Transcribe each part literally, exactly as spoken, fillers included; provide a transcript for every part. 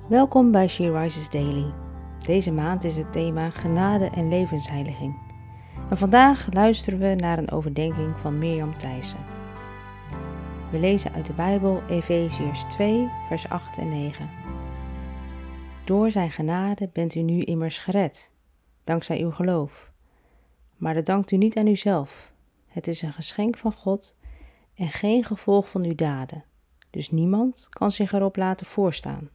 Welkom bij She Rises Daily. Deze maand is het thema genade en levensheiliging. En vandaag luisteren we naar een overdenking van Mirjam Thijssen. We lezen uit de Bijbel Efeziërs twee, vers acht en negen. Door zijn genade bent u nu immers gered, dankzij uw geloof. Maar dat dankt u niet aan uzelf. Het is een geschenk van God en geen gevolg van uw daden. Dus niemand kan zich erop laten voorstaan.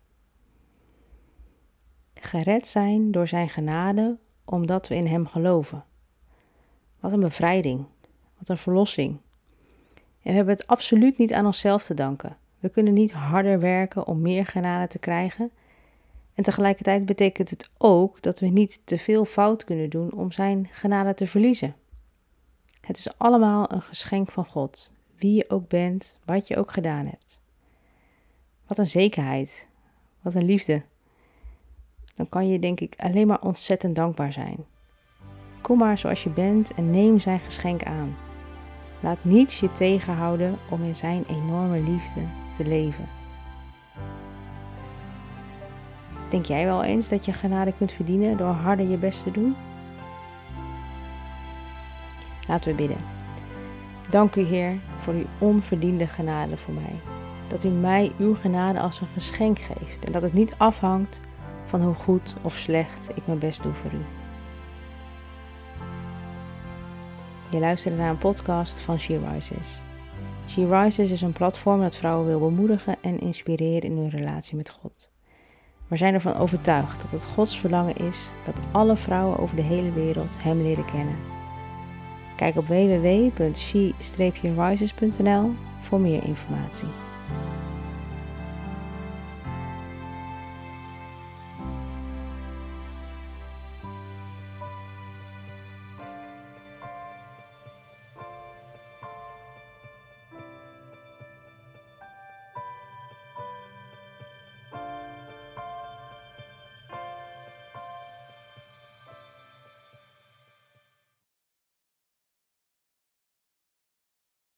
Gered zijn door zijn genade, omdat we in hem geloven. Wat een bevrijding, wat een verlossing. En we hebben het absoluut niet aan onszelf te danken. We kunnen niet harder werken om meer genade te krijgen. En tegelijkertijd betekent het ook dat we niet te veel fout kunnen doen om zijn genade te verliezen. Het is allemaal een geschenk van God, wie je ook bent, wat je ook gedaan hebt. Wat een zekerheid, wat een liefde. Dan kan je denk ik alleen maar ontzettend dankbaar zijn. Kom maar zoals je bent en neem zijn geschenk aan. Laat niets je tegenhouden om in zijn enorme liefde te leven. Denk jij wel eens dat je genade kunt verdienen door harder je best te doen? Laten we bidden. Dank u Heer voor uw onverdiende genade voor mij. Dat u mij uw genade als een geschenk geeft en dat het niet afhangt van hoe goed of slecht ik mijn best doe voor u. Je luistert naar een podcast van She Rises. She Rises is een platform dat vrouwen wil bemoedigen en inspireren in hun relatie met God. We zijn ervan overtuigd dat het Gods verlangen is dat alle vrouwen over de hele wereld hem leren kennen. Kijk op w w w punt she rises punt n l voor meer informatie.